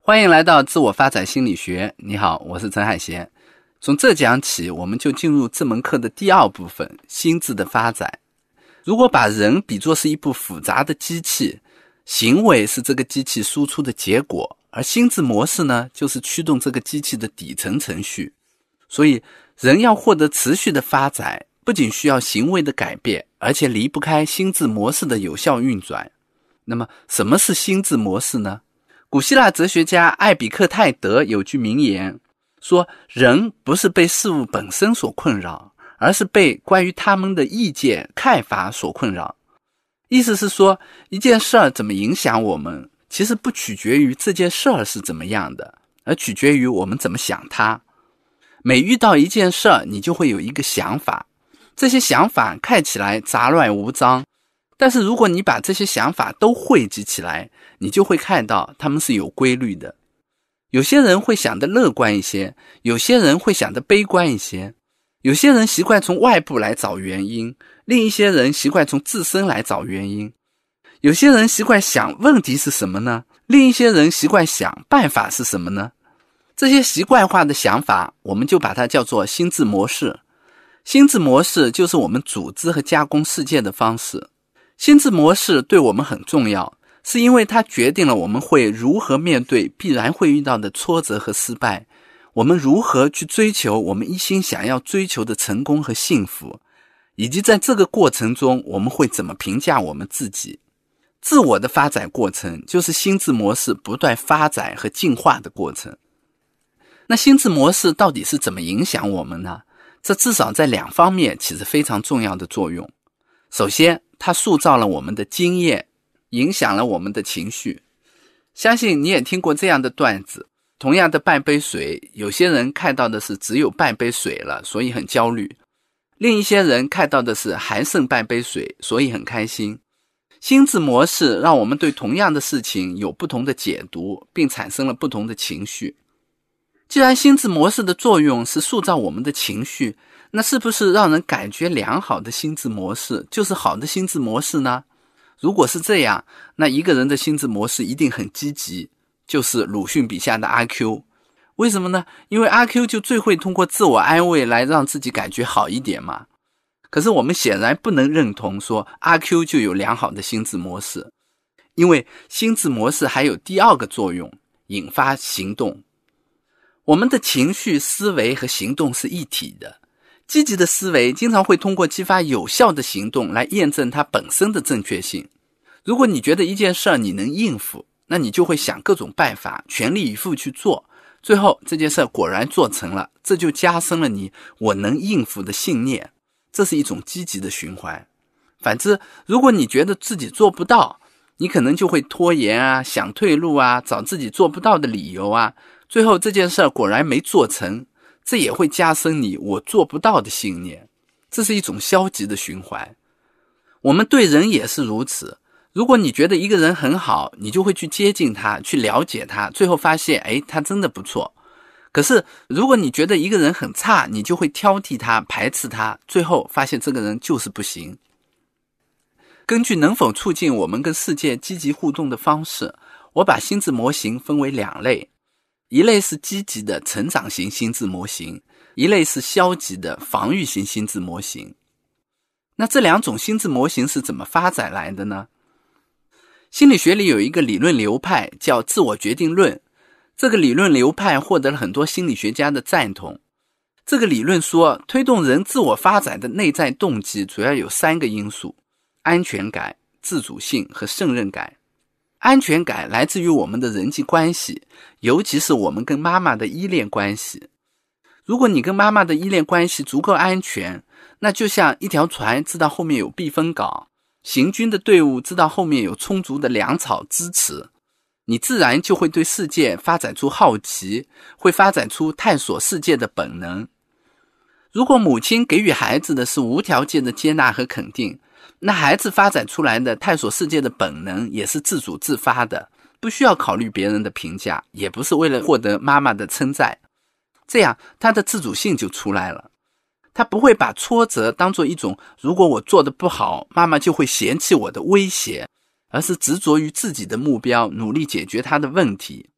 欢迎来到自我发展心理学。你好，我是陈海贤。从这讲起，我们就进入这门课的第二部分，心智的发展。如果把人比作是一部复杂的机器，行为是这个机器输出的结果，而心智模式呢，就是驱动这个机器的底层程序。所以人要获得持续的发展，不仅需要行为的改变，而且离不开心智模式的有效运转。那么什么是心智模式呢？古希腊哲学家艾比克泰德有句名言，说人不是被事物本身所困扰，而是被关于他们的意见看法所困扰。意思是说，一件事儿怎么影响我们，其实不取决于这件事儿是怎么样的，而取决于我们怎么想它。每遇到一件事儿，你就会有一个想法，这些想法看起来杂乱无章，但是如果你把这些想法都汇集起来，你就会看到它们是有规律的。有些人会想得乐观一些，有些人会想得悲观一些，有些人习惯从外部来找原因，另一些人习惯从自身来找原因。有些人习惯想问题是什么呢？另一些人习惯想办法是什么呢？这些习惯化的想法，我们就把它叫做心智模式。心智模式就是我们组织和加工世界的方式。心智模式对我们很重要，是因为它决定了我们会如何面对必然会遇到的挫折和失败，我们如何去追求我们一心想要追求的成功和幸福，以及在这个过程中我们会怎么评价我们自己。自我的发展过程就是心智模式不断发展和进化的过程。那心智模式到底是怎么影响我们呢？这至少在两方面起着非常重要的作用。首先，它塑造了我们的经验，影响了我们的情绪。相信你也听过这样的段子，同样的半杯水，有些人看到的是只有半杯水了，所以很焦虑，另一些人看到的是还剩半杯水，所以很开心。心智模式让我们对同样的事情有不同的解读，并产生了不同的情绪。既然心智模式的作用是塑造我们的情绪，那是不是让人感觉良好的心智模式就是好的心智模式呢？如果是这样，那一个人的心智模式一定很积极，就是鲁迅笔下的阿 Q。 为什么呢？因为阿 Q 就最会通过自我安慰来让自己感觉好一点嘛。可是我们显然不能认同说阿 Q 就有良好的心智模式，因为心智模式还有第二个作用，引发行动。我们的情绪、思维和行动是一体的。积极的思维经常会通过激发有效的行动来验证它本身的正确性。如果你觉得一件事儿你能应付，那你就会想各种办法，全力以赴去做，最后这件事儿果然做成了，这就加深了你我能应付的信念，这是一种积极的循环。反之，如果你觉得自己做不到，你可能就会拖延啊，想退路啊，找自己做不到的理由啊，最后这件事儿果然没做成，这也会加深你我做不到的信念，这是一种消极的循环。我们对人也是如此，如果你觉得一个人很好，你就会去接近他，去了解他，最后发现他真的不错。可是如果你觉得一个人很差，你就会挑剔他，排斥他，最后发现这个人就是不行。根据能否促进我们跟世界积极互动的方式，我把心智模型分为两类，一类是积极的成长型心智模型，一类是消极的防御型心智模型。那这两种心智模型是怎么发展来的呢？心理学里有一个理论流派叫自我决定论，这个理论流派获得了很多心理学家的赞同。这个理论说，推动人自我发展的内在动机主要有三个因素：安全感、自主性和胜任感。安全感来自于我们的人际关系，尤其是我们跟妈妈的依恋关系。如果你跟妈妈的依恋关系足够安全，那就像一条船知道后面有避风港，行军的队伍知道后面有充足的粮草支持，你自然就会对世界发展出好奇，会发展出探索世界的本能。如果母亲给予孩子的是无条件的接纳和肯定，那孩子发展出来的探索世界的本能也是自主自发的，不需要考虑别人的评价，也不是为了获得妈妈的称赞。这样他的自主性就出来了，他不会把挫折当作一种如果我做得不好，妈妈就会嫌弃我的威胁，而是执着于自己的目标，努力解决他的问题，把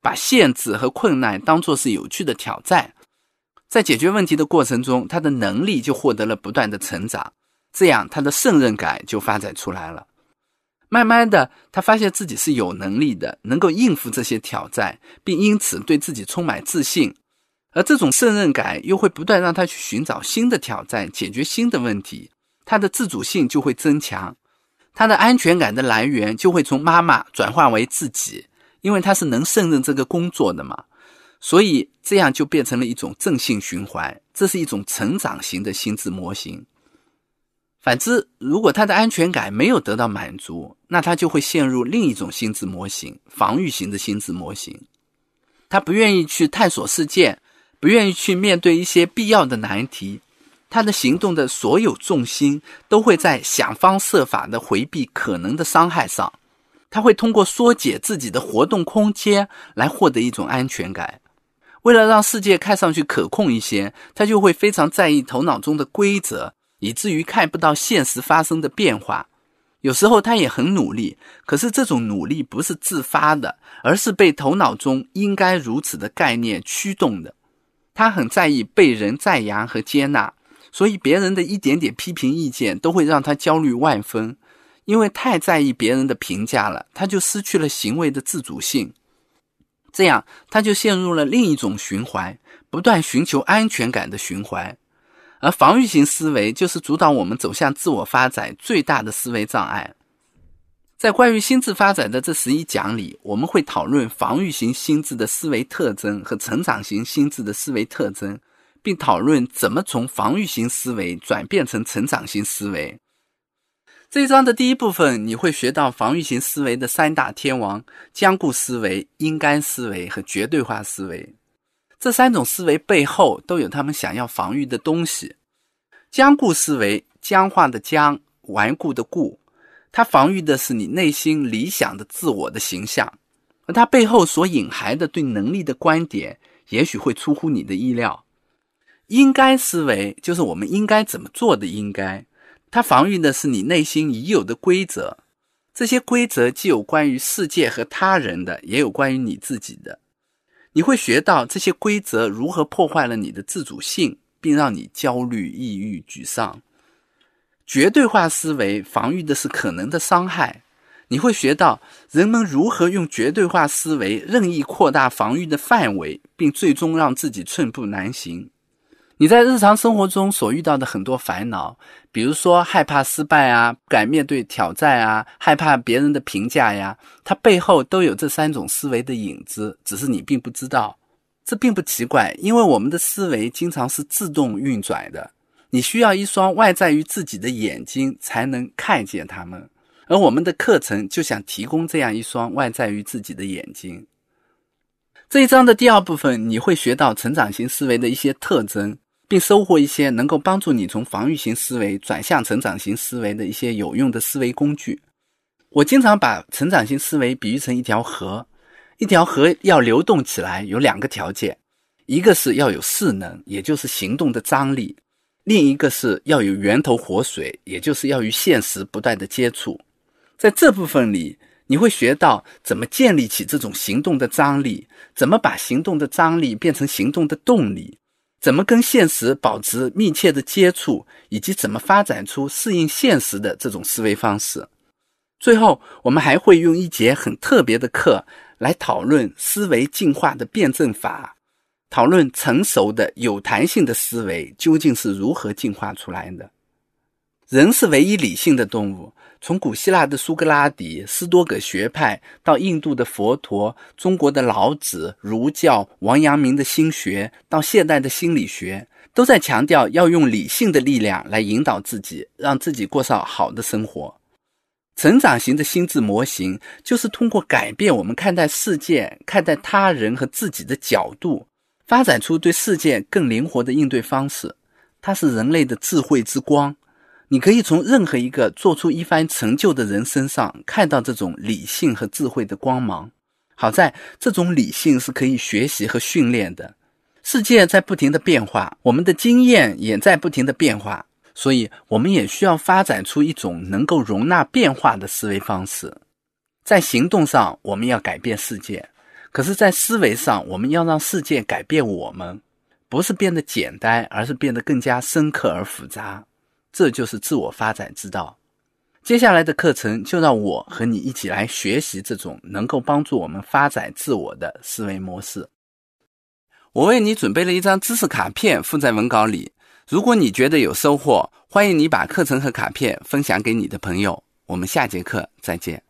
把限制和困难当作是有趣的挑战。在解决问题的过程中，他的能力就获得了不断的成长，这样他的胜任感就发展出来了。慢慢的，他发现自己是有能力的，能够应付这些挑战，并因此对自己充满自信。而这种胜任感又会不断让他去寻找新的挑战，解决新的问题，他的自主性就会增强，他的安全感的来源就会从妈妈转化为自己，因为他是能胜任这个工作的嘛，所以这样就变成了一种正性循环，这是一种成长型的心智模型。反之，如果他的安全感没有得到满足，那他就会陷入另一种心智模型，防御型的心智模型。他不愿意去探索世界，不愿意去面对一些必要的难题，他的行动的所有重心都会在想方设法的回避可能的伤害上。他会通过缩减自己的活动空间来获得一种安全感。为了让世界看上去可控一些，他就会非常在意头脑中的规则，以至于看不到现实发生的变化。有时候他也很努力，可是这种努力不是自发的，而是被头脑中应该如此的概念驱动的。他很在意被人赞扬和接纳，所以别人的一点点批评意见都会让他焦虑万分。因为太在意别人的评价了，他就失去了行为的自主性。这样他就陷入了另一种循环，不断寻求安全感的循环。而防御型思维就是主导我们走向自我发展最大的思维障碍。在关于心智发展的这11讲里，我们会讨论防御型心智的思维特征和成长型心智的思维特征，并讨论怎么从防御型思维转变成成长型思维。这一章的第一部分，你会学到防御型思维的3大天王：僵固思维、应该思维和绝对化思维。这3种思维背后都有他们想要防御的东西。僵固思维，僵化的僵，顽固的固，它防御的是你内心理想的自我的形象，而它背后所隐含的对能力的观点也许会出乎你的意料。应该思维就是我们应该怎么做的应该，它防御的是你内心已有的规则，这些规则既有关于世界和他人的，也有关于你自己的。你会学到这些规则如何破坏了你的自主性，并让你焦虑、抑郁、沮丧。绝对化思维防御的是可能的伤害，你会学到人们如何用绝对化思维任意扩大防御的范围，并最终让自己寸步难行。你在日常生活中所遇到的很多烦恼，比如说害怕失败啊，不敢面对挑战啊，害怕别人的评价呀，它背后都有这3种思维的影子，只是你并不知道。这并不奇怪，因为我们的思维经常是自动运转的，你需要一双外在于自己的眼睛才能看见它们，而我们的课程就想提供这样一双外在于自己的眼睛。这一章的第2部分，你会学到成长型思维的一些特征，并收获一些能够帮助你从防御型思维转向成长型思维的一些有用的思维工具。我经常把成长型思维比喻成一条河，一条河要流动起来有2个条件，一个是要有势能，也就是行动的张力，另一个是要有源头活水，也就是要与现实不断的接触。在这部分里，你会学到怎么建立起这种行动的张力，怎么把行动的张力变成行动的动力，怎么跟现实保持密切的接触，以及怎么发展出适应现实的这种思维方式。最后，我们还会用一节很特别的课来讨论思维进化的辩证法，讨论成熟的有弹性的思维究竟是如何进化出来的。人是唯一理性的动物，从古希腊的苏格拉底、斯多葛学派，到印度的佛陀、中国的老子、儒教、王阳明的心学，到现代的心理学，都在强调要用理性的力量来引导自己，让自己过上好的生活。成长型的心智模型就是通过改变我们看待世界、看待他人和自己的角度，发展出对世界更灵活的应对方式。它是人类的智慧之光，你可以从任何一个做出一番成就的人身上看到这种理性和智慧的光芒。好在这种理性是可以学习和训练的。世界在不停的变化，我们的经验也在不停的变化，所以我们也需要发展出一种能够容纳变化的思维方式。在行动上，我们要改变世界，可可是在思维上，我们要让世界改变我们，不是变得简单，而是变得更加深刻而复杂。这就是自我发展之道。接下来的课程就让我和你一起来学习这种能够帮助我们发展自我的思维模式。我为你准备了一张知识卡片附在文稿里，如果你觉得有收获，欢迎你把课程和卡片分享给你的朋友。我们下节课再见。